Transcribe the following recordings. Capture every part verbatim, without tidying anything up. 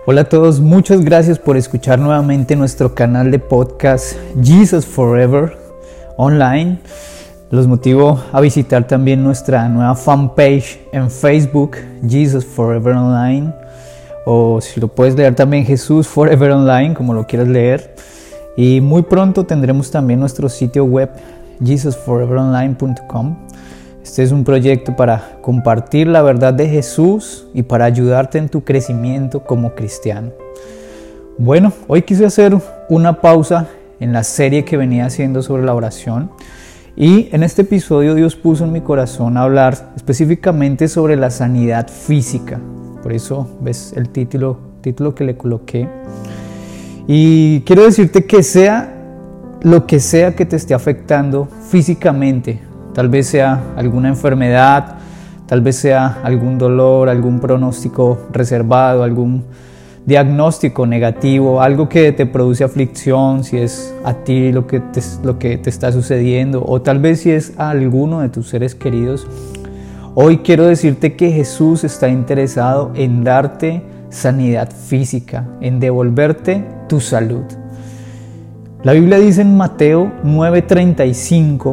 Hola a todos, muchas gracias por escuchar nuevamente nuestro canal de podcast Jesus Forever Online. Los motivo a visitar también nuestra nueva fanpage en Facebook, Jesus Forever Online, o si lo puedes leer también Jesús Forever Online, como lo quieras leer. Y muy pronto tendremos también nuestro sitio web, jesus forever online punto com. Este es un proyecto para compartir la verdad de Jesús y para ayudarte en tu crecimiento como cristiano. Bueno, hoy quise hacer una pausa en la serie que venía haciendo sobre la oración. Y en este episodio Dios puso en mi corazón hablar específicamente sobre la sanidad física. Por eso ves el título, título que le coloqué. Y quiero decirte que sea lo que sea que te esté afectando físicamente, tal vez sea alguna enfermedad, tal vez sea algún dolor, algún pronóstico reservado, algún diagnóstico negativo, algo que te produce aflicción, si es a ti lo que te, lo que te está sucediendo, o tal vez si es a alguno de tus seres queridos. Hoy quiero decirte que Jesús está interesado en darte sanidad física, en devolverte tu salud. La Biblia dice en Mateo nueve treinta y cinco,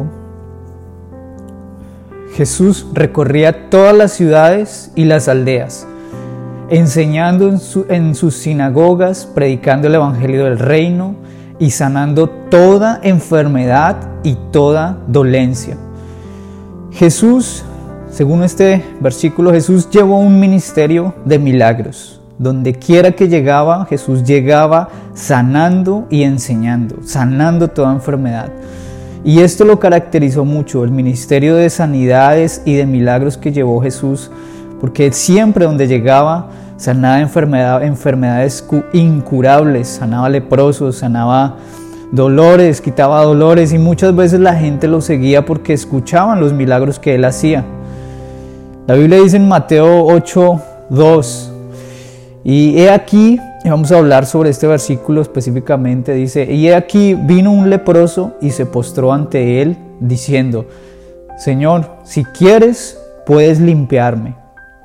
Jesús recorría todas las ciudades y las aldeas, enseñando en, su, en sus sinagogas, predicando el evangelio del reino y sanando toda enfermedad y toda dolencia. Jesús, según este versículo, Jesús llevó un ministerio de milagros. Donde quiera que llegaba, Jesús llegaba sanando y enseñando, sanando toda enfermedad. Y esto lo caracterizó mucho, el ministerio de sanidades y de milagros que llevó Jesús, porque siempre donde llegaba sanaba enfermedad, enfermedades incurables, sanaba leprosos, sanaba dolores, quitaba dolores, y muchas veces la gente lo seguía porque escuchaban los milagros que él hacía. La Biblia dice en Mateo ocho dos, y he aquí, y vamos a hablar sobre este versículo específicamente, dice, y he aquí vino un leproso y se postró ante él, diciendo, Señor, si quieres, puedes limpiarme.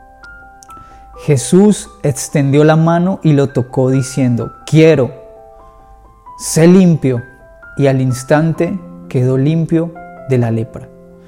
Jesús extendió la mano y lo tocó diciendo, quiero, sé limpio, y al instante quedó limpio de la lepra.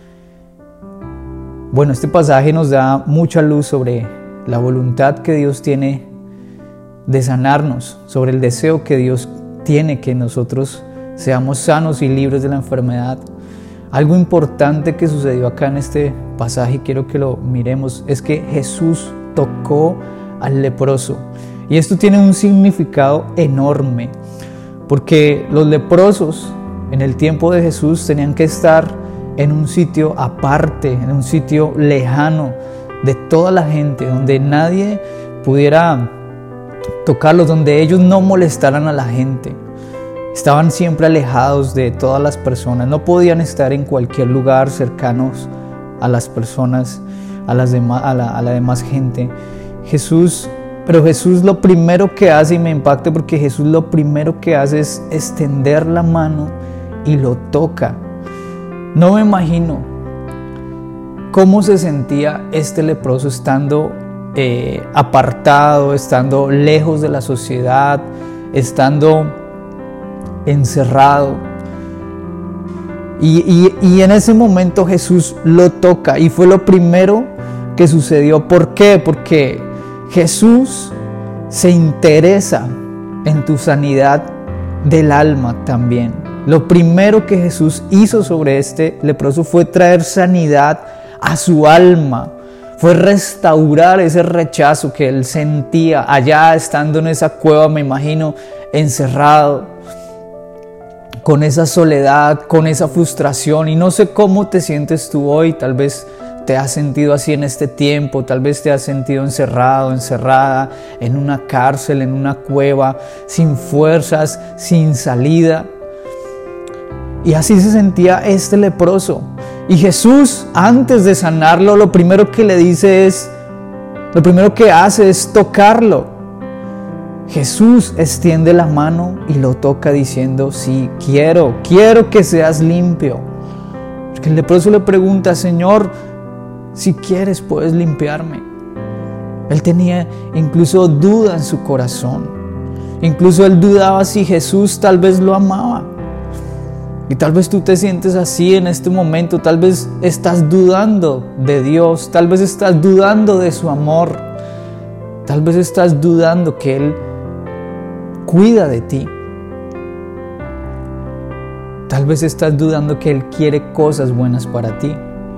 Bueno, este pasaje nos da mucha luz sobre la voluntad que Dios tiene de sanarnos, sobre el deseo que Dios tiene que nosotros seamos sanos y libres de la enfermedad. Algo importante que sucedió acá en este pasaje, quiero que lo miremos, es que Jesús tocó al leproso. Y esto tiene un significado enorme, porque los leprosos en el tiempo de Jesús tenían que estar en un sitio aparte, en un sitio lejano de toda la gente, donde nadie pudiera tocarlos, donde ellos no molestaran a la gente. Estaban siempre alejados de todas las personas, no podían estar en cualquier lugar cercanos a las personas, a, las demás, a, la, a la demás gente. Jesús, pero Jesús lo primero que hace, y me impacta porque Jesús lo primero que hace es extender la mano y lo toca. No me imagino cómo se sentía este leproso estando eh, apartado, estando lejos de la sociedad, estando encerrado. Y, y, y en ese momento Jesús lo toca y fue lo primero que sucedió. ¿Por qué? Porque Jesús se interesa en tu sanidad del alma también. Lo primero que Jesús hizo sobre este leproso fue traer sanidad a su alma. Fue restaurar ese rechazo que él sentía allá estando en esa cueva, me imagino, encerrado, con esa soledad, con esa frustración. Y no sé cómo te sientes tú hoy, tal vez te has sentido así en este tiempo, tal vez te has sentido encerrado, encerrada en una cárcel, en una cueva, sin fuerzas, sin salida. Y así se sentía este leproso. Y Jesús, antes de sanarlo, lo primero que le dice es, lo primero que hace es tocarlo. Jesús extiende la mano y lo toca diciendo, sí, quiero, quiero que seas limpio. Porque el leproso le pregunta, Señor, si quieres puedes limpiarme. Él tenía incluso duda en su corazón. Incluso él dudaba si Jesús tal vez lo amaba. Y tal vez tú te sientes así en este momento. Tal vez estás dudando de Dios. Tal vez estás dudando de su amor. Tal vez estás dudando que Él cuida de ti. Tal vez estás dudando que Él quiere cosas buenas para ti.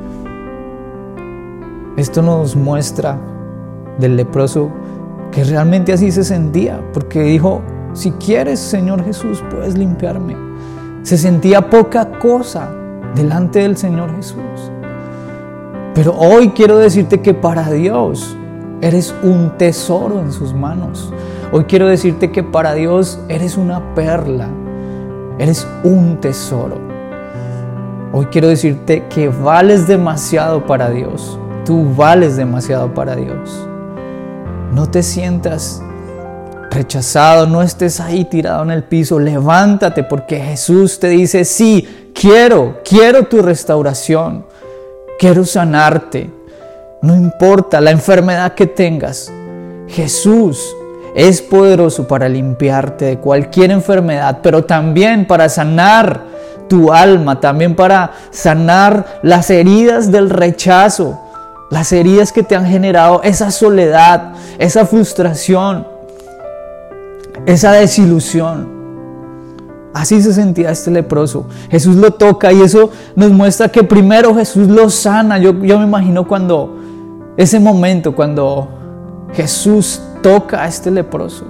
Esto nos muestra del leproso que realmente así se sentía, porque dijo: si quieres, Señor Jesús, puedes limpiarme. Se sentía poca cosa delante del Señor Jesús. Pero hoy quiero decirte que para Dios eres un tesoro en sus manos. Hoy quiero decirte que para Dios eres una perla. Eres un tesoro. Hoy quiero decirte que vales demasiado para Dios. Tú vales demasiado para Dios. No te sientas rechazado, no estés ahí tirado en el piso. Levántate, porque Jesús te dice: sí, quiero, quiero tu restauración. Quiero sanarte. No importa la enfermedad que tengas. Jesús es poderoso para limpiarte de cualquier enfermedad, pero también para sanar tu alma, también para sanar las heridas del rechazo, las heridas que te han generado esa soledad, esa frustración, esa desilusión. Así se sentía este leproso. Jesús lo toca y eso nos muestra que primero Jesús lo sana. Yo, yo me imagino cuando, ese momento cuando Jesús toca a este leproso.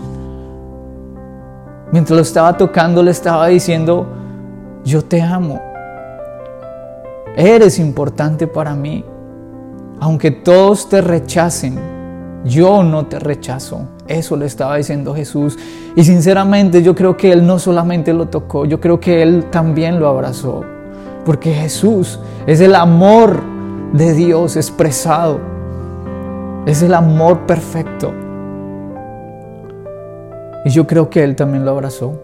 Mientras lo estaba tocando, le estaba diciendo: yo te amo. Eres importante para mí. Aunque todos te rechacen, yo no te rechazo. Eso le estaba diciendo Jesús. Y sinceramente yo creo que Él no solamente lo tocó, yo creo que Él también lo abrazó. Porque Jesús es el amor de Dios expresado. Es el amor perfecto. Y yo creo que Él también lo abrazó.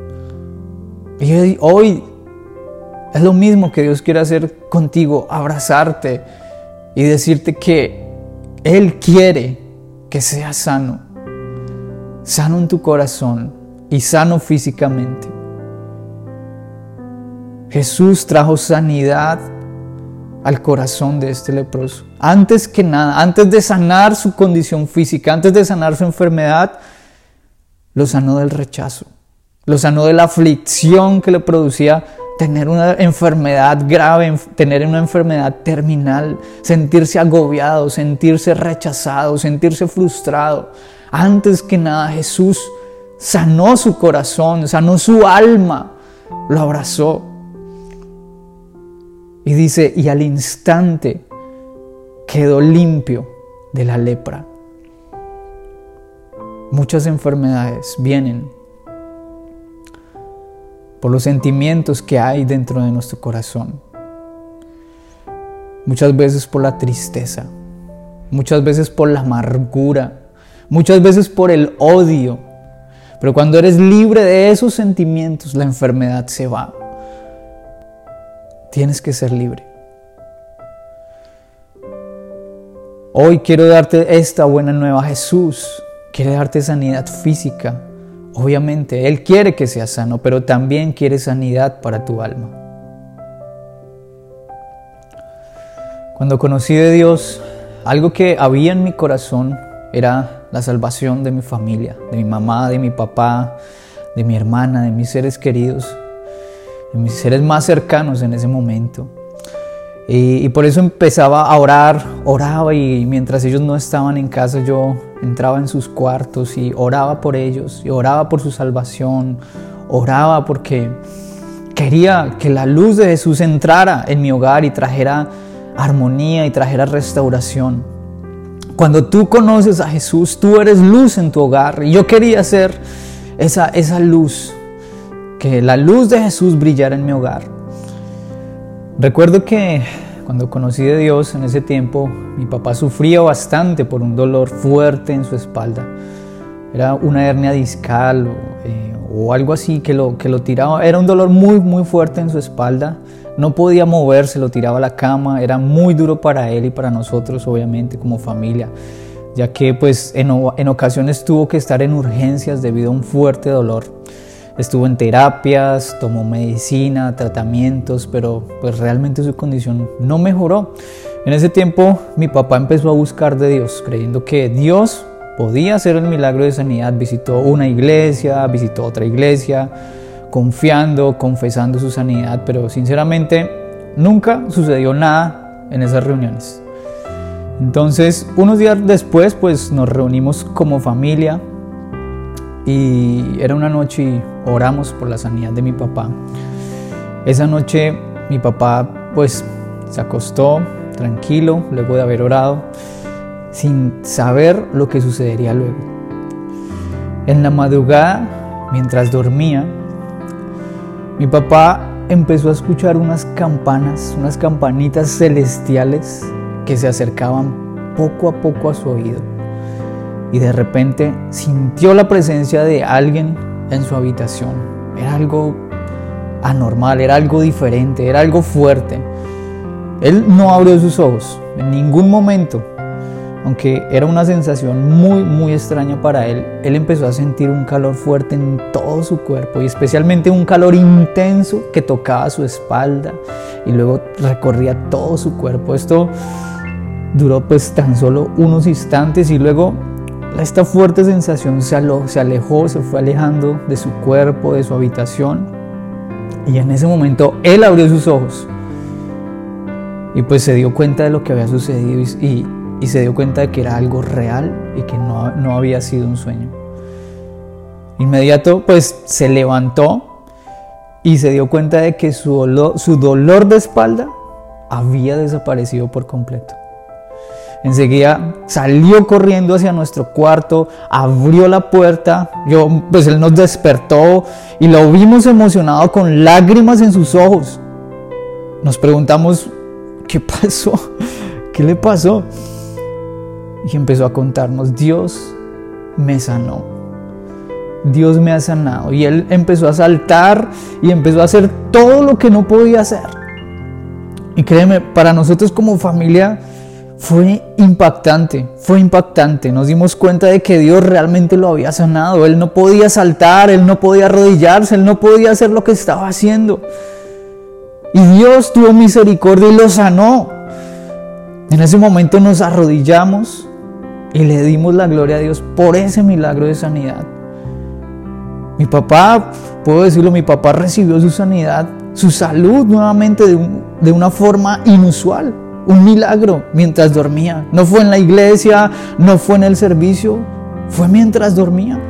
Y hoy es lo mismo que Dios quiere hacer contigo, abrazarte y decirte que Él quiere que seas sano. Sano en tu corazón y sano físicamente. Jesús trajo sanidad al corazón de este leproso. Antes que nada, antes de sanar su condición física, antes de sanar su enfermedad, lo sanó del rechazo. Lo sanó de la aflicción que le producía tener una enfermedad grave, tener una enfermedad terminal, sentirse agobiado, sentirse rechazado, sentirse frustrado. Antes que nada, Jesús sanó su corazón, sanó su alma, lo abrazó. Y dice: y al instante quedó limpio de la lepra. Muchas enfermedades vienen por los sentimientos que hay dentro de nuestro corazón. Muchas veces por la tristeza, muchas veces por la amargura, muchas veces por el odio. Pero cuando eres libre de esos sentimientos, la enfermedad se va. Tienes que ser libre. Hoy quiero darte esta buena nueva. Jesús quiere darte sanidad física. Obviamente, Él quiere que seas sano, pero también quiere sanidad para tu alma. Cuando conocí de Dios, algo que había en mi corazón era la salvación de mi familia, de mi mamá, de mi papá, de mi hermana, de mis seres queridos, de mis seres más cercanos en ese momento. Y, y por eso empezaba a orar, oraba, y mientras ellos no estaban en casa, yo entraba en sus cuartos y oraba por ellos, y oraba por su salvación, oraba porque quería que la luz de Jesús entrara en mi hogar y trajera armonía y trajera restauración. Cuando tú conoces a Jesús, tú eres luz en tu hogar, y yo quería ser esa, esa luz, que la luz de Jesús brillara en mi hogar. Recuerdo que cuando conocí de Dios en ese tiempo, mi papá sufría bastante por un dolor fuerte en su espalda. Era una hernia discal o, eh, o algo así que lo, que lo tiraba. Era un dolor muy, muy fuerte en su espalda. No podía moverse, lo tiraba a la cama. Era muy duro para él y para nosotros, obviamente, como familia. ya que pues en, en ocasiones tuvo que estar en urgencias debido a un fuerte dolor. Estuvo en terapias, tomó medicina, tratamientos, pero pues realmente su condición no mejoró. En ese tiempo mi papá empezó a buscar de Dios, creyendo que Dios podía hacer el milagro de sanidad. Visitó una iglesia, visitó otra iglesia, confiando, confesando su sanidad, pero sinceramente nunca sucedió nada en esas reuniones. Entonces, unos días después, pues nos reunimos como familia y era una noche y oramos por la sanidad de mi papá. Esa noche mi papá pues se acostó tranquilo luego de haber orado, sin saber lo que sucedería luego. En la madrugada, mientras dormía, mi papá empezó a escuchar unas campanas, unas campanitas celestiales que se acercaban poco a poco a su oído. Y de repente sintió la presencia de alguien en su habitación. Era algo anormal, era algo diferente, era algo fuerte. Él no abrió sus ojos en ningún momento. Aunque era una sensación muy, muy extraña para él, él empezó a sentir un calor fuerte en todo su cuerpo y especialmente un calor intenso que tocaba su espalda y luego recorría todo su cuerpo. Esto duró pues tan solo unos instantes y luego esta fuerte sensación se, alo- se alejó, se fue alejando de su cuerpo, de su habitación, y en ese momento él abrió sus ojos y pues se dio cuenta de lo que había sucedido y, y Y se dio cuenta de que era algo real y que no, no había sido un sueño. Inmediato pues se levantó y se dio cuenta de que su dolor, su dolor de espalda había desaparecido por completo. Enseguida salió corriendo hacia nuestro cuarto, abrió la puerta, yo, pues él nos despertó y lo vimos emocionado con lágrimas en sus ojos. Nos preguntamos, ¿qué pasó? ¿Qué le pasó? Y empezó a contarnos, Dios me sanó, Dios me ha sanado. Y él empezó a saltar y empezó a hacer todo lo que no podía hacer. Y créeme, para nosotros como familia fue impactante, fue impactante. Nos dimos cuenta de que Dios realmente lo había sanado. Él no podía saltar, él no podía arrodillarse, él no podía hacer lo que estaba haciendo. Y Dios tuvo misericordia y lo sanó. En ese momento nos arrodillamos y le dimos la gloria a Dios por ese milagro de sanidad. Mi papá, puedo decirlo, mi papá recibió su sanidad, su salud nuevamente de, un, de una forma inusual, un milagro mientras dormía. No fue en la iglesia, no fue en el servicio, fue mientras dormía.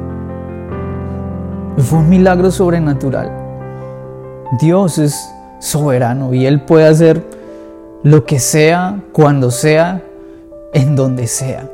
Y fue un milagro sobrenatural. Dios es soberano y Él puede hacer lo que sea, cuando sea, en donde sea.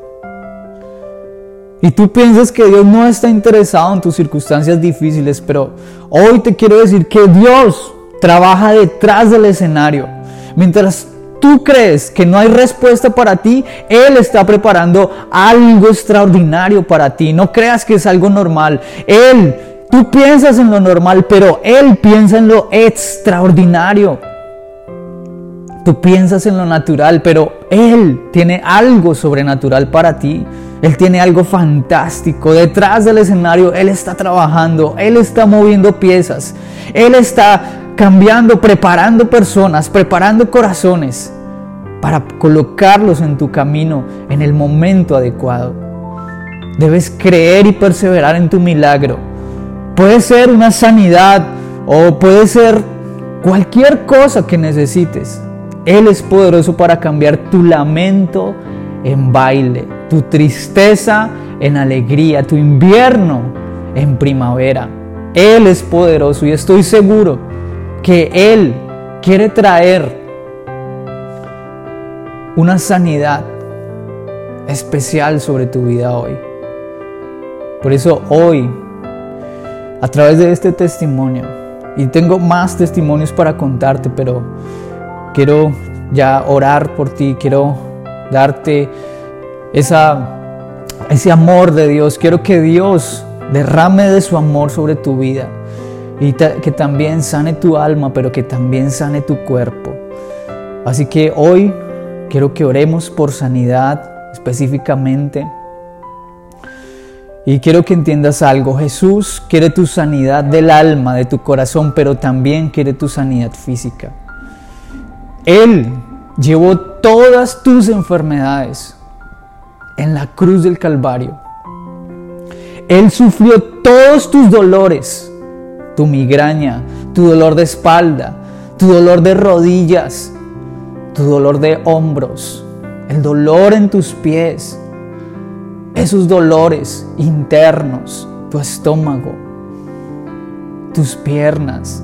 Y tú piensas que Dios no está interesado en tus circunstancias difíciles, pero hoy te quiero decir que Dios trabaja detrás del escenario. Mientras tú crees que no hay respuesta para ti, Él está preparando algo extraordinario para ti. No creas que es algo normal. Él, tú piensas en lo normal, pero Él piensa en lo extraordinario. Tú piensas en lo natural, pero Él tiene algo sobrenatural para ti. Él tiene algo fantástico. Detrás del escenario, Él está trabajando. Él está moviendo piezas. Él está cambiando, preparando personas, preparando corazones para colocarlos en tu camino en el momento adecuado. Debes creer y perseverar en tu milagro. Puede ser una sanidad o puede ser cualquier cosa que necesites. Él es poderoso para cambiar tu lamento en baile, tu tristeza en alegría, tu invierno en primavera. Él es poderoso y estoy seguro que Él quiere traer una sanidad especial sobre tu vida hoy. Por eso hoy, a través de este testimonio, y tengo más testimonios para contarte, pero quiero ya orar por ti, quiero darte esa, ese amor de Dios. Quiero que Dios derrame de su amor sobre tu vida y ta- que también sane tu alma, pero que también sane tu cuerpo. Así que hoy quiero que oremos por sanidad específicamente. Y quiero que entiendas algo. Jesús quiere tu sanidad del alma, de tu corazón, pero también quiere tu sanidad física. Él llevó todas tus enfermedades en la cruz del Calvario. Él sufrió todos tus dolores, tu migraña, tu dolor de espalda, tu dolor de rodillas, tu dolor de hombros, el dolor en tus pies, esos dolores internos, tu estómago, tus piernas,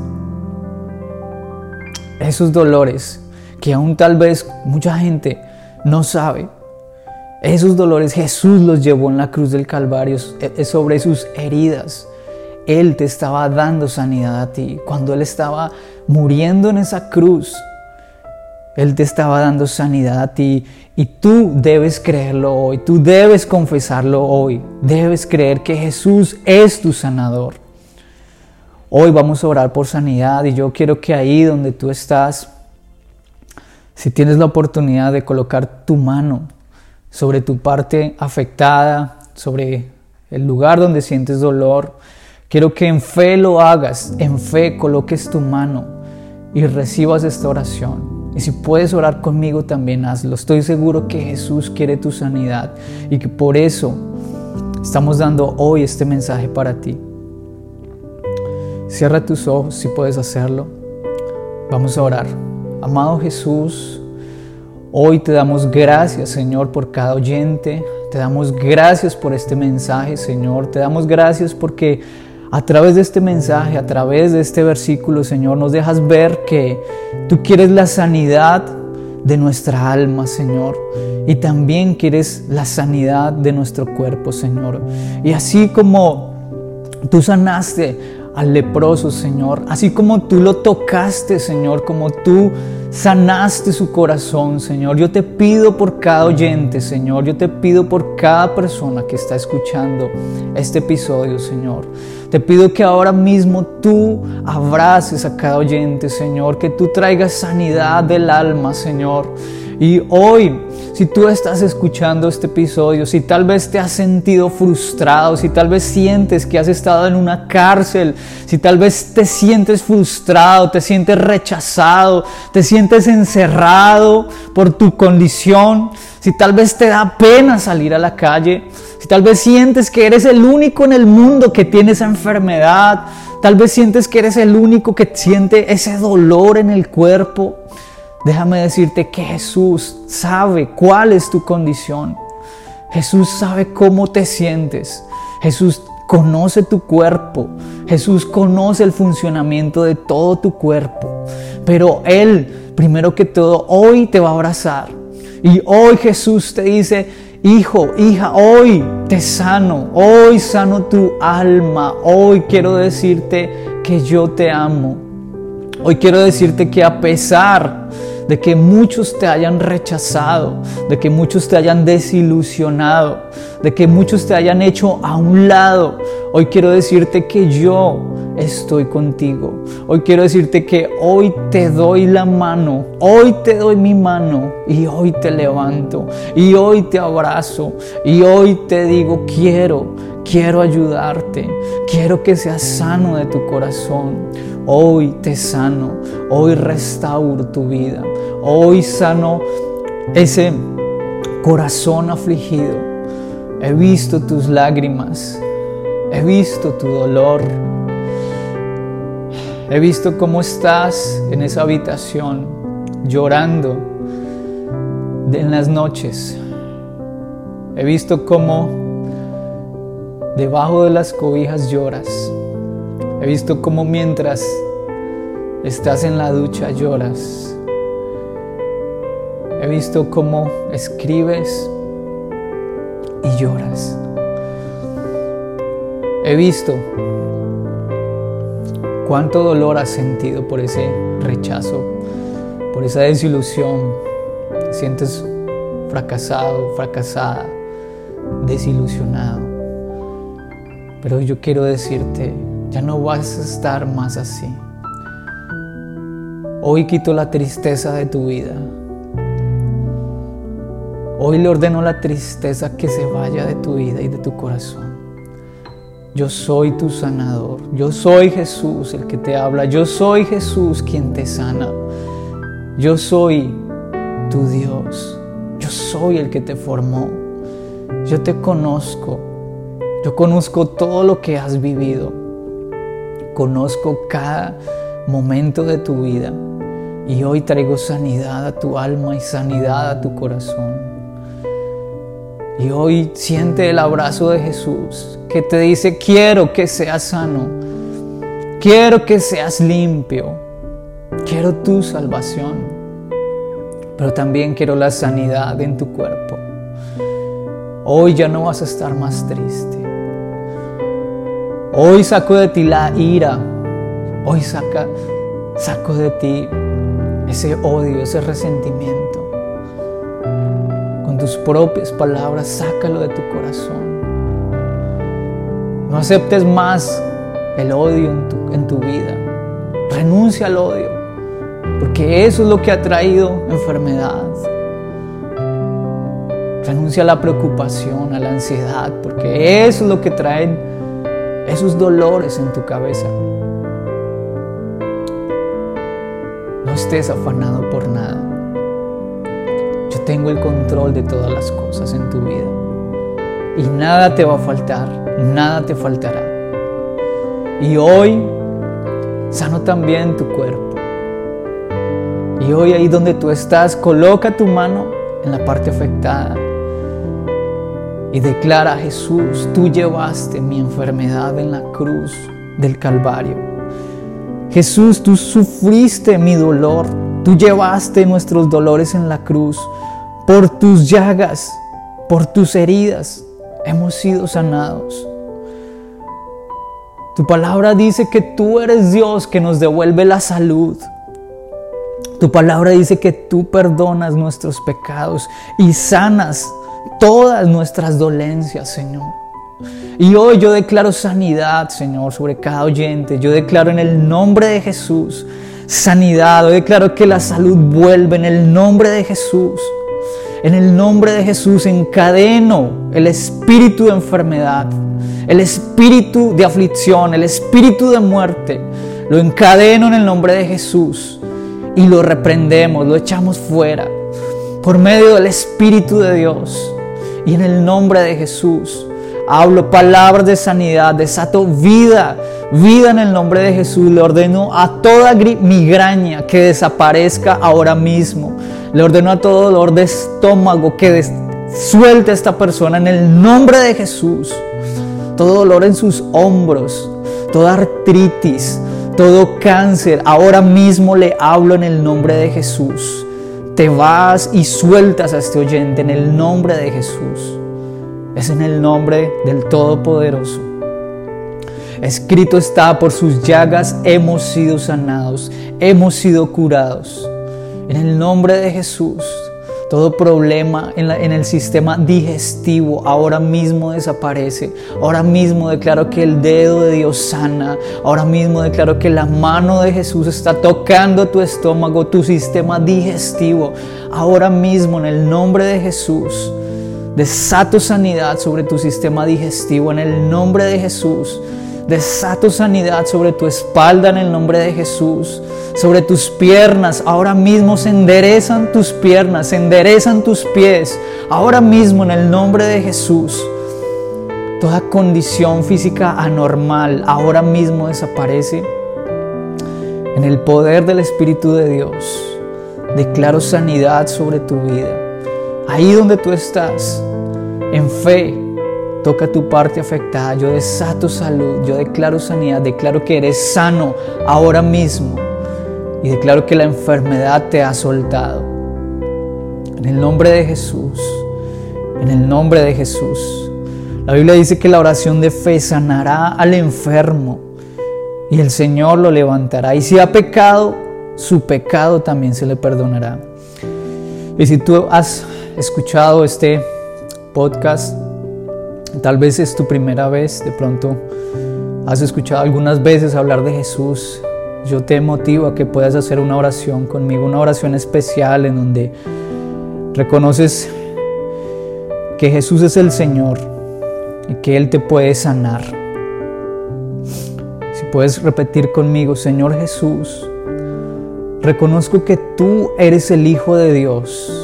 esos dolores que aún tal vez mucha gente no sabe. Esos dolores Jesús los llevó en la cruz del Calvario, sobre sus heridas. Él te estaba dando sanidad a ti. Cuando Él estaba muriendo en esa cruz, Él te estaba dando sanidad a ti. Y tú debes creerlo hoy, tú debes confesarlo hoy. Debes creer que Jesús es tu sanador. Hoy vamos a orar por sanidad y yo quiero que ahí donde tú estás, si tienes la oportunidad de colocar tu mano sobre tu parte afectada, sobre el lugar donde sientes dolor, quiero que en fe lo hagas, en fe coloques tu mano y recibas esta oración. Y si puedes orar conmigo también hazlo. Estoy seguro que Jesús quiere tu sanidad y que por eso estamos dando hoy este mensaje para ti. Cierra tus ojos si puedes hacerlo. Vamos a orar. Amado Jesús, hoy te damos gracias, Señor, por cada oyente. Te damos gracias por este mensaje, Señor. Te damos gracias porque a través de este mensaje, a través de este versículo, Señor, nos dejas ver que tú quieres la sanidad de nuestra alma, Señor. Y también quieres la sanidad de nuestro cuerpo, Señor. Y así como tú sanaste al leproso, Señor, así como tú lo tocaste, Señor, como tú sanaste su corazón, Señor, yo te pido por cada oyente, Señor, yo te pido por cada persona que está escuchando este episodio, Señor. Te pido que ahora mismo tú abraces a cada oyente, Señor, que tú traigas sanidad del alma, Señor. Y hoy, si tú estás escuchando este episodio, si tal vez te has sentido frustrado, si tal vez sientes que has estado en una cárcel, si tal vez te sientes frustrado, te sientes rechazado, te sientes encerrado por tu condición, si tal vez te da pena salir a la calle, si tal vez sientes que eres el único en el mundo que tiene esa enfermedad, tal vez sientes que eres el único que siente ese dolor en el cuerpo, déjame decirte que Jesús sabe cuál es tu condición. Jesús sabe cómo te sientes. Jesús conoce tu cuerpo. Jesús conoce el funcionamiento de todo tu cuerpo. Pero Él, primero que todo, hoy te va a abrazar. Y hoy Jesús te dice: hijo, hija, hoy te sano. Hoy sano tu alma. Hoy quiero decirte que yo te amo. Hoy quiero decirte que a pesar de que muchos te hayan rechazado, de que muchos te hayan desilusionado, de que muchos te hayan hecho a un lado, hoy quiero decirte que yo estoy contigo. Hoy quiero decirte que hoy te doy la mano, hoy te doy mi mano y hoy te levanto y hoy te abrazo y hoy te digo quiero, quiero ayudarte, quiero que seas sano de tu corazón. Hoy te sano, hoy restauro tu vida, hoy sano ese corazón afligido. He visto tus lágrimas, he visto tu dolor, he visto cómo estás en esa habitación llorando en las noches. He visto cómo debajo de las cobijas lloras. He visto cómo mientras estás en la ducha lloras. He visto cómo escribes y lloras. He visto cuánto dolor has sentido por ese rechazo, por esa desilusión. Te sientes fracasado, fracasada, desilusionado. Pero yo quiero decirte, ya no vas a estar más así. Hoy quito la tristeza de tu vida. Hoy le ordeno la tristeza que se vaya de tu vida y de tu corazón. Yo soy tu sanador. Yo soy Jesús el que te habla. Yo soy Jesús quien te sana. Yo soy tu Dios. Yo soy el que te formó. Yo te conozco. Yo conozco todo lo que has vivido. Conozco cada momento de tu vida. Y hoy traigo sanidad a tu alma y sanidad a tu corazón. Y hoy siente el abrazo de Jesús que te dice: quiero que seas sano, quiero que seas limpio, quiero tu salvación, pero también quiero la sanidad en tu cuerpo. Hoy ya no vas a estar más triste. Hoy saco de ti la ira, hoy saca, saco de ti ese odio, ese resentimiento. Con tus propias palabras, sácalo de tu corazón. No aceptes más el odio en tu, en tu vida. Renuncia al odio, porque eso es lo que ha traído enfermedad. Renuncia a la preocupación, a la ansiedad, porque eso es lo que traen esos dolores en tu cabeza. No estés afanado por nada. Yo tengo el control de todas las cosas en tu vida. Y nada te va a faltar, nada te faltará. Y hoy sano también tu cuerpo. Y hoy ahí donde tú estás, coloca tu mano en la parte afectada. Y declara: Jesús, tú llevaste mi enfermedad en la cruz del Calvario. Jesús, tú sufriste mi dolor. Tú llevaste nuestros dolores en la cruz. Por tus llagas, por tus heridas, hemos sido sanados. Tu palabra dice que tú eres Dios que nos devuelve la salud. Tu palabra dice que tú perdonas nuestros pecados y sanas todas nuestras dolencias, Señor. Y hoy yo declaro sanidad, Señor, sobre cada oyente. Yo declaro en el nombre de Jesús sanidad. Yo declaro que la salud vuelve en el nombre de Jesús. En el nombre de Jesús encadeno el espíritu de enfermedad, el espíritu de aflicción, el espíritu de muerte. Lo encadeno en el nombre de Jesús y lo reprendemos, lo echamos fuera por medio del Espíritu de Dios. Y en el nombre de Jesús hablo palabras de sanidad, desato vida, vida en el nombre de Jesús. Le ordeno a toda migraña que desaparezca ahora mismo. Le ordeno a todo dolor de estómago que des- suelte a esta persona en el nombre de Jesús. Todo dolor en sus hombros, toda artritis, todo cáncer, ahora mismo le hablo en el nombre de Jesús. Te vas y sueltas a este oyente en el nombre de Jesús. Es en el nombre del Todopoderoso. Escrito está: por sus llagas hemos sido sanados, hemos sido curados. En el nombre de Jesús, todo problema en, la, en el sistema digestivo ahora mismo desaparece. Ahora mismo declaro que el dedo de Dios sana. Ahora mismo declaro que la mano de Jesús está tocando tu estómago, tu sistema digestivo. Ahora mismo, en el nombre de Jesús, desato sanidad sobre tu sistema digestivo. En el nombre de Jesús, desato sanidad sobre tu espalda en el nombre de Jesús. Sobre tus piernas, ahora mismo se enderezan tus piernas, se enderezan tus pies. Ahora mismo en el nombre de Jesús. Toda condición física anormal ahora mismo desaparece. En el poder del Espíritu de Dios, declaro sanidad sobre tu vida. Ahí donde tú estás, en fe, toca tu parte afectada. Yo desato salud, yo declaro sanidad, declaro que eres sano ahora mismo. Y declaro que la enfermedad te ha soltado. En el nombre de Jesús, en el nombre de Jesús. La Biblia dice que la oración de fe sanará al enfermo y el Señor lo levantará. Y si ha pecado, su pecado también se le perdonará. Y si tú has escuchado este podcast, tal vez es tu primera vez, de pronto has escuchado algunas veces hablar de Jesús, yo te motivo a que puedas hacer una oración conmigo, una oración especial en donde reconoces que Jesús es el Señor y que Él te puede sanar. Si puedes repetir conmigo: Señor Jesús, reconozco que tú eres el Hijo de Dios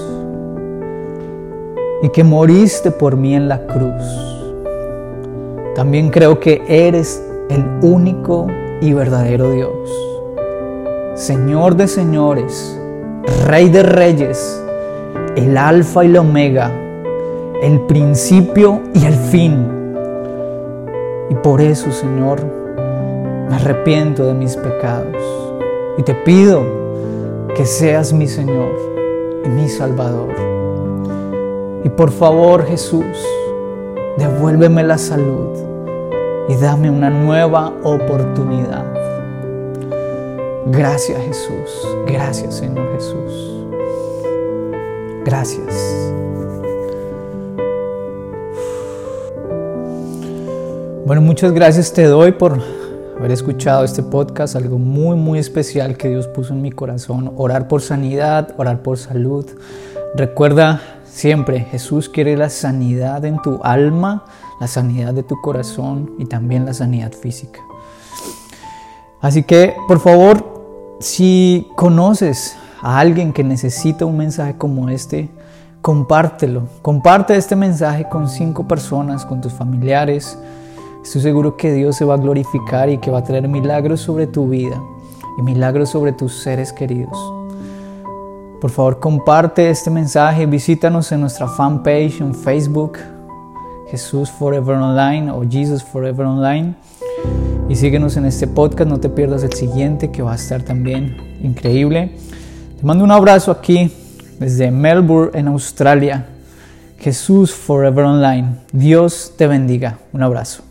y que moriste por mí en la cruz. También creo que eres el único y verdadero Dios, Señor de señores, Rey de reyes, el Alfa y la Omega, el principio y el fin. Y por eso, Señor, me arrepiento de mis pecados y te pido que seas mi Señor y mi Salvador. Y por favor, Jesús, devuélveme la salud y dame una nueva oportunidad. Gracias, Jesús. Gracias, Señor Jesús. Gracias. Bueno, muchas gracias te doy por haber escuchado este podcast, algo muy muy especial que Dios puso en mi corazón: orar por sanidad, orar por salud. Recuerda siempre, Jesús quiere la sanidad en tu alma, la sanidad de tu corazón y también la sanidad física. Así que, por favor, si conoces a alguien que necesita un mensaje como este, compártelo. Comparte este mensaje con cinco personas, con tus familiares. Estoy seguro que Dios se va a glorificar y que va a traer milagros sobre tu vida y milagros sobre tus seres queridos. Por favor, comparte este mensaje. Visítanos en nuestra fanpage en Facebook, Jesús Forever Online o Jesus Forever Online. Y síguenos en este podcast. No te pierdas el siguiente, que va a estar también increíble. Te mando un abrazo aquí desde Melbourne, en Australia. Jesús Forever Online. Dios te bendiga. Un abrazo.